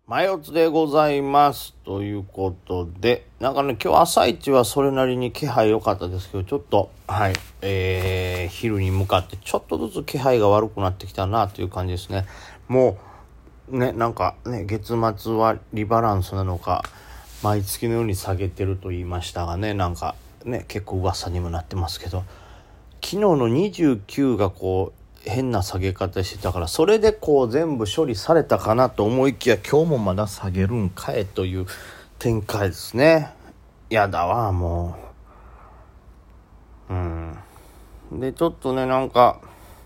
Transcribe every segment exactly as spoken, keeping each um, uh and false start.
マヨツでございますということで、なんかね今日朝一はそれなりに気配良かったですけど、ちょっとはいえー、昼に向かってちょっとずつ気配が悪くなってきたなという感じですね。もうねなんかね月末はリバランスなのか毎月のように下げてると言いましたがね、なんかね結構噂にもなってますけど、昨日のにじゅうきゅうがこう変な下げ方してたから、それでこう全部処理されたかなと思いきや、今日もまだ下げるんかえという展開ですね。やだわもう。うんでちょっとねなんか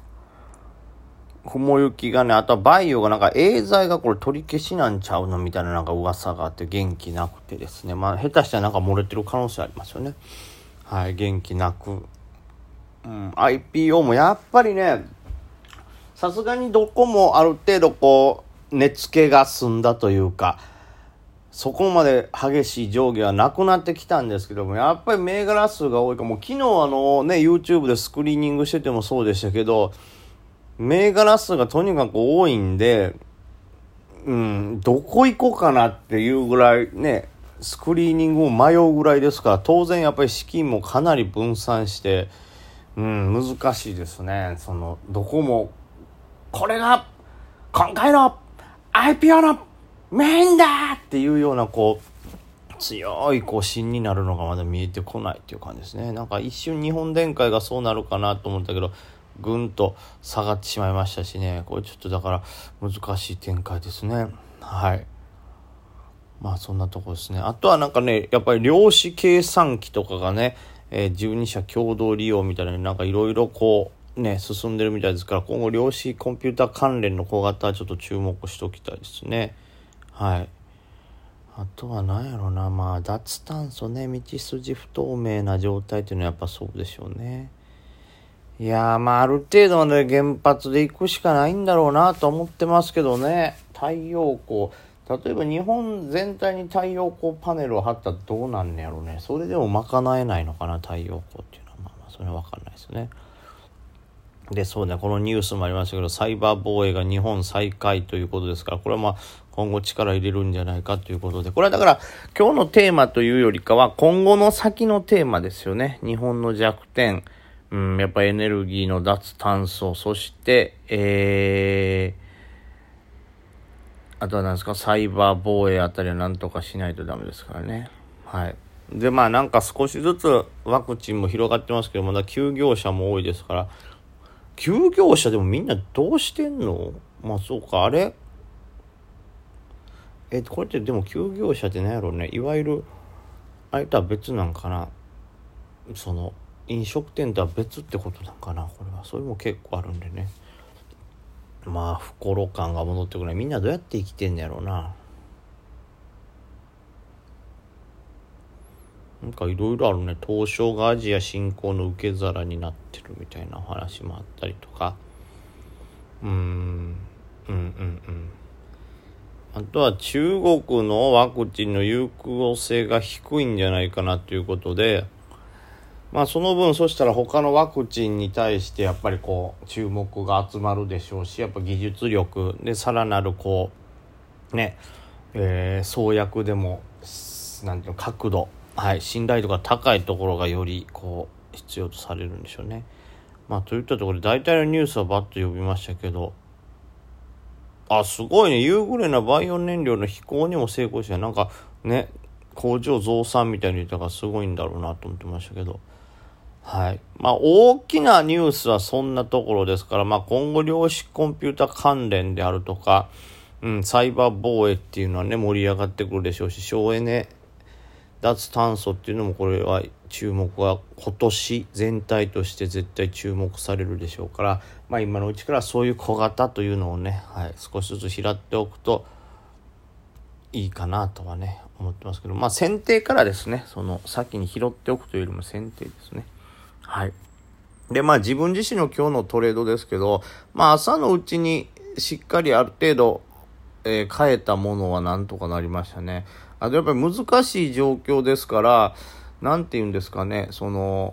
雲行きがね、あとはバイオがなんかエーザイがこれ取り消しなんちゃうのみたいななんか噂があって、元気なくてですね、まあ下手したらなんか漏れてる可能性ありますよね。はい、元気なく、うん、アイピーオー もやっぱりねさすがにどこもある程度こう値付けが済んだというか、そこまで激しい上下はなくなってきたんですけども、やっぱり銘柄数が多いかも。昨日あのね YouTube でスクリーニングしててもそうでしたけど、銘柄数がとにかく多いんで、うんどこ行こうかなっていうぐらいね、スクリーニングを迷うぐらいですから、当然やっぱり資金もかなり分散して、うん難しいですね。そのどこもこれが今回の アイピーオー のメインだっていうようなこう強いこう芯になるのがまだ見えてこないっていう感じですね。なんか一瞬日本電解がそうなるかなと思ったけど、ぐんと下がってしまいましたしね、これちょっとだから難しい展開ですね。はい、まあそんなとこですね。あとはなんかねやっぱり量子計算機とかがね、えー、じゅうに社共同利用みたいななんかいろいろこうね進んでるみたいですから、今後量子コンピューター関連の小型はちょっと注目しておきたいですね。はい。あとは何やろな、まあ脱炭素ね、道筋不透明な状態っていうのはやっぱそうでしょうね。いやーまあある程度まで原発で行くしかないんだろうなと思ってますけどね。太陽光、例えば日本全体に太陽光パネルを張ったらどうなんねやろうね。それでも賄えないのかな、太陽光っていうのは。まあまあそれは分かんないですね。でそうね、このニュースもありましたけど、サイバー防衛が日本最下位ということですから、これはまあ今後力入れるんじゃないかということで、これはだから今日のテーマというよりかは今後の先のテーマですよね。日本の弱点、うん、やっぱエネルギーの脱炭素、そしてえー、あとは何ですか、サイバー防衛あたりは何とかしないとダメですからね。はい。でまあなんか少しずつワクチンも広がってますけど、まだ休業者も多いですから、休業者でもみんなどうしてんの？まあそうか、あれえこれってでも休業者って何やろうね、いわゆるあれとは別なんかな、その飲食店とは別ってことなんかな、これは。それも結構あるんでね、まあ懐感が戻ってこない。みんなどうやって生きてんのやろうな。なんかいろいろあるね。東証がアジア新興の受け皿になってるみたいなお話もあったりとか、うーんうんうんうんあとは中国のワクチンの有効性が低いんじゃないかなということで、まあその分そしたら他のワクチンに対してやっぱりこう注目が集まるでしょうし、やっぱ技術力でさらなるこうね、えー、創薬でもなんていうの角度、はい、信頼度が高いところがよりこう必要とされるんでしょうね。まあといったところで大体のニュースはバッと呼びましたけど、あすごいね、夕暮れなバイオ燃料の飛行にも成功して、なんかね工場増産みたいに言ったからすごいんだろうなと思ってましたけど、はい、まあ大きなニュースはそんなところですから、まあ今後量子コンピュータ関連であるとか、うん、サイバー防衛っていうのはね盛り上がってくるでしょうし、省エネ脱炭素っていうのもこれは注目は今年全体として絶対注目されるでしょうから、まあ今のうちからそういう小型というのをね、はい、少しずつ拾っておくといいかなとはね思ってますけど、まあ選定からですね、その先に拾っておくというよりも選定ですね。はい。でまあ自分自身の今日のトレードですけど、まあ朝のうちにしっかりある程度、えー、変えたものはなんとかなりましたね。あとやっぱり難しい状況ですから、なんて言うんですかね、その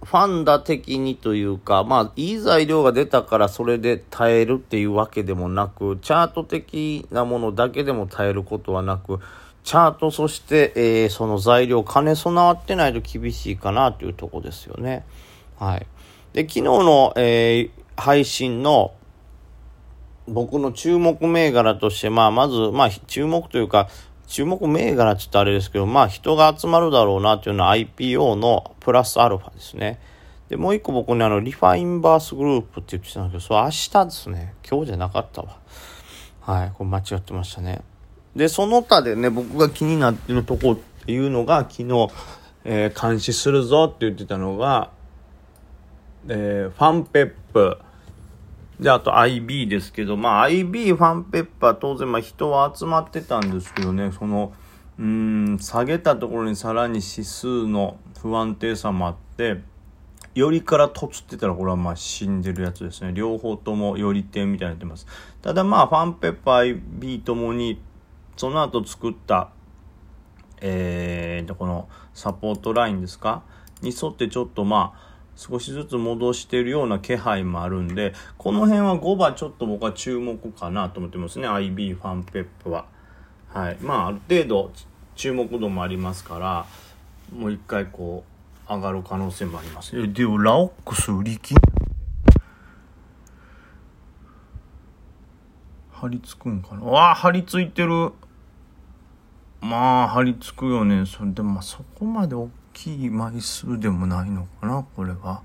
ファンダ的にというか、まあ、いい材料が出たからそれで耐えるっていうわけでもなく、チャート的なものだけでも耐えることはなく、チャート、そして、えー、その材料、兼ね備わってないと厳しいかなというところですよね。はい。で、昨日の、えー、配信の僕の注目銘柄として、まあ、まず、まあ、注目というか、注目銘柄って言ったらあれですけど、まあ、人が集まるだろうなっていうのは アイピーオー のプラスアルファですね。で、もう一個僕ね、あの、リファインバースグループって言ってたんですけど、それ明日ですね。今日じゃなかったわ。はい、これ間違ってましたね。で、その他でね、僕が気になってるとこっていうのが、昨日、えー、監視するぞって言ってたのが、えー、ファンペップ。で、あと アイビー ですけど、まあ アイビー、ファンペッパー、当然まあ人は集まってたんですけどね、その、うーん、下げたところにさらに指数の不安定さもあって、よりからとつってたらこれはまあ死んでるやつですね。両方ともより点みたいになってます。ただまあファンペッパー、アイビー ともに、その後作った、えー、このサポートラインですかに沿ってちょっとまあ、少しずつ戻しているような気配もあるんで、この辺はごばちょっと僕は注目かなと思ってますね。アイビー ファンペップは。はい。まあ、ある程度注目度もありますから、もう一回こう、上がる可能性もあります。え、でも、ラオックス売り切り張り付くんかな。わあ、張り付いてる。まあ、張り付くよね。それでも、まあ、そこまで大きい枚数でもないのかな、これは。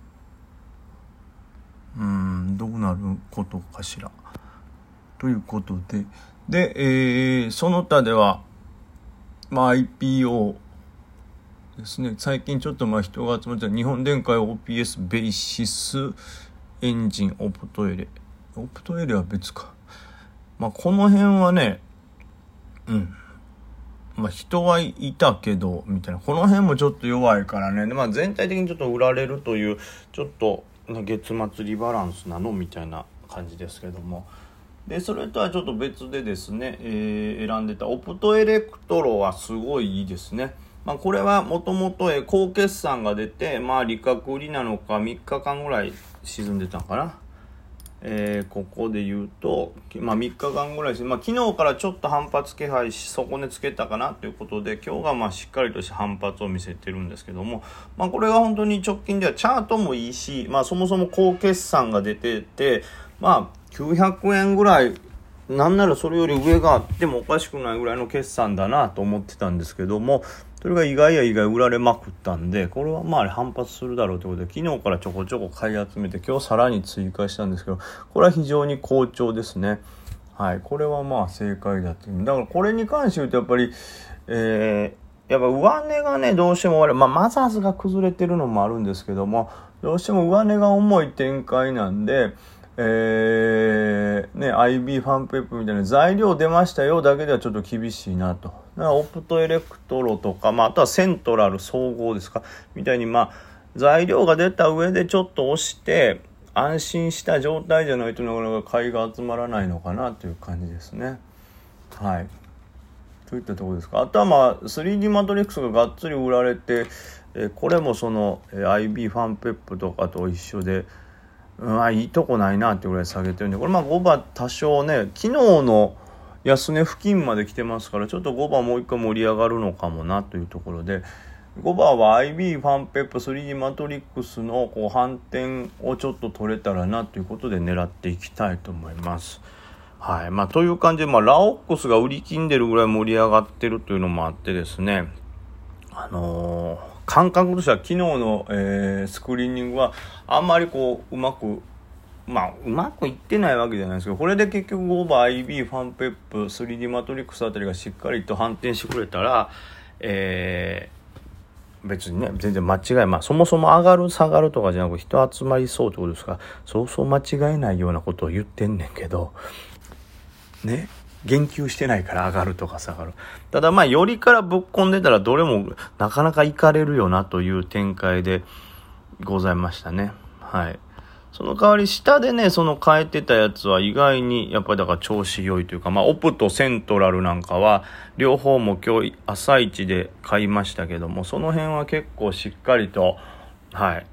うーん、どうなることかしら。ということで。で、えー、その他では、まあ、アイピーオー ですね。最近ちょっとまあ人が集まって日本電解 オーピーエス ベーシスエンジンオプトエレ。オプトエレは別か。まあ、この辺はね、うん。まあ、人はいたけど、みたいな。この辺もちょっと弱いからね。で、まあ、全体的にちょっと売られるという、ちょっと、月末リバランスなのみたいな感じですけども。で、それとはちょっと別でですね、えー、選んでたオプトエレクトロはすごいいいですね。まあ、これはもともと高決算が出て、まあ、利確売りなのかみっかかんぐらい沈んでたのかな。えー、ここで言うと、まあ、みっかかんぐらいです、まあ、昨日からちょっと反発気配し底値つけたかなということで、今日がまあしっかりとした反発を見せてるんですけども、まあ、これが本当に直近ではチャートもいいし、まあ、そもそも高決算が出てて、まあ、きゅうひゃくえんぐらい、なんならそれより上があってもおかしくないぐらいの決算だなと思ってたんですけども、それが意外や意外売られまくったんで、これはまあ反発するだろうということで、昨日からちょこちょこ買い集めて、今日さらに追加したんですけど、これは非常に好調ですね。はい。これはまあ正解だという。だからこれに関して言うとやっぱり、えー、やっぱ上値がね、どうしても悪い。まあマザーズが崩れてるのもあるんですけども、どうしても上値が重い展開なんで、えー、ね、アイビー ファンペップみたいな材料出ましたよだけではちょっと厳しいなと。だからオプトエレクトロとか、まあ、あとはセントラル総合ですかみたいに、まあ、材料が出た上でちょっと押して安心した状態じゃないとなかなか買いが集まらないのかなという感じですね。はい。といったところですか。あとはまあ スリーディー マトリックスががっつり売られて、えこれもその アイビー ファンペップとかと一緒で、まあいいとこないなってぐらい下げてるんで、これまあごば多少ね、昨日の安値付近まで来てますから、ちょっとごばもう一回盛り上がるのかもなというところで、ごばは アイビー ファンペップ スリーディー マトリックスのこう反転をちょっと取れたらなということで狙っていきたいと思います。はい。まあという感じで、まあラオックスが売り切んでるぐらい盛り上がってるというのもあってですね、あのー感覚としては昨日の、えー、スクリーニングはあんまりこううまくまあうまくいってないわけじゃないですけど、これで結局ごば アイビー ファンペップ スリーディー マトリックスあたりがしっかりと反転してくれたら、えー、別にね全然間違いまあそもそも上がる下がるとかじゃなく人集まりそうってことですから、そうそう間違えないようなことを言ってんねんけどね、言及してないから上がるとか下がる。ただまあよりからぶっ込んでたらどれもなかなかいかれるよなという展開でございましたね。はい。その代わり下でね、その変えてたやつは意外にやっぱりだから調子良いというか、まあオプとセントラルなんかは両方も今日朝一で買いましたけども、その辺は結構しっかりと、はい、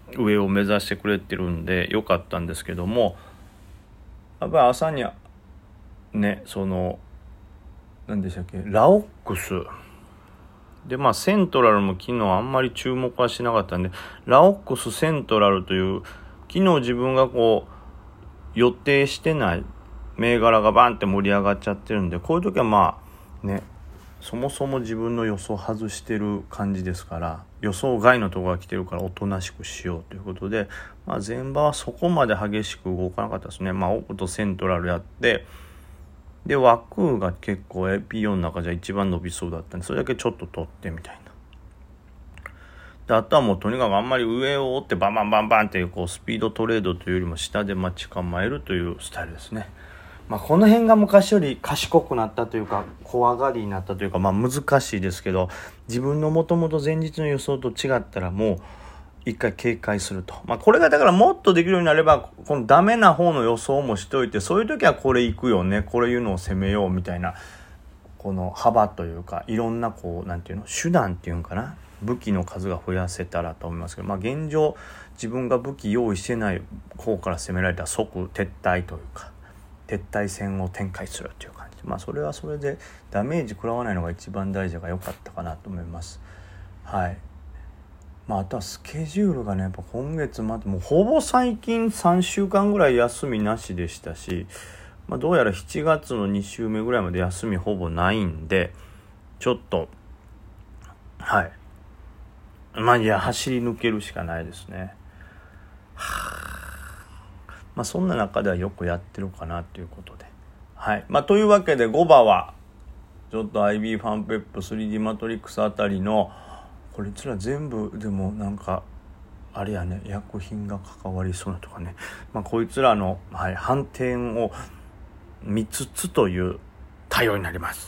上を目指してくれてるんでよかったんですけども、やっぱり朝にね、その何でしたっけ、ラオックスで、まあセントラルも昨日あんまり注目はしなかったんで、ラオックスセントラルという昨日自分がこう予定してない銘柄がバンって盛り上がっちゃってるんで、こういう時はまあね、そもそも自分の予想外してる感じですから、予想外のところが来てるからおとなしくしようということで、まあ、前場はそこまで激しく動かなかったですね。まあオプトセントラルやって、で枠が結構 エーピーオー の中じゃ一番伸びそうだったんで、それだけちょっと取ってみたいな。であとはもうとにかくあんまり上を追ってバンバンバンバンっていうこうスピードトレードというよりも下で待ち構えるというスタイルですね。まあ、この辺が昔より賢くなったというか怖がりになったというか、まあ難しいですけど、自分のもともと前日の予想と違ったらもう一回警戒すると。まあこれがだからもっとできるようになれば、このダメな方の予想もしといて、そういう時はこれ行くよね、これいうのを攻めようみたいな、この幅というかいろんなこうなんていうの手段っていうんかな、武器の数が増やせたらと思いますけど、まあ現状自分が武器用意してない方から攻められたら即撤退というか撤退戦を展開するっていう感じ。まあそれはそれでダメージ食らわないのが一番大事が良かったかなと思います。はい。まああとはスケジュールがね、やっぱ今月までもうほぼ最近さんしゅうかんぐらい休みなしでしたし、まあどうやらしちがつのに週目ぐらいまで休みほぼないんで、ちょっとはいまあいや走り抜けるしかないですね。まあそんな中ではよくやってるかなということで、はい。まあというわけでごばはちょっと アイビー ファンペップ スリーディー マトリックスあたりのこれいつら全部でもなんかあれやね、薬品が関わりそうなとかね、まあこいつらの、はい、反転を見つつという対応になります。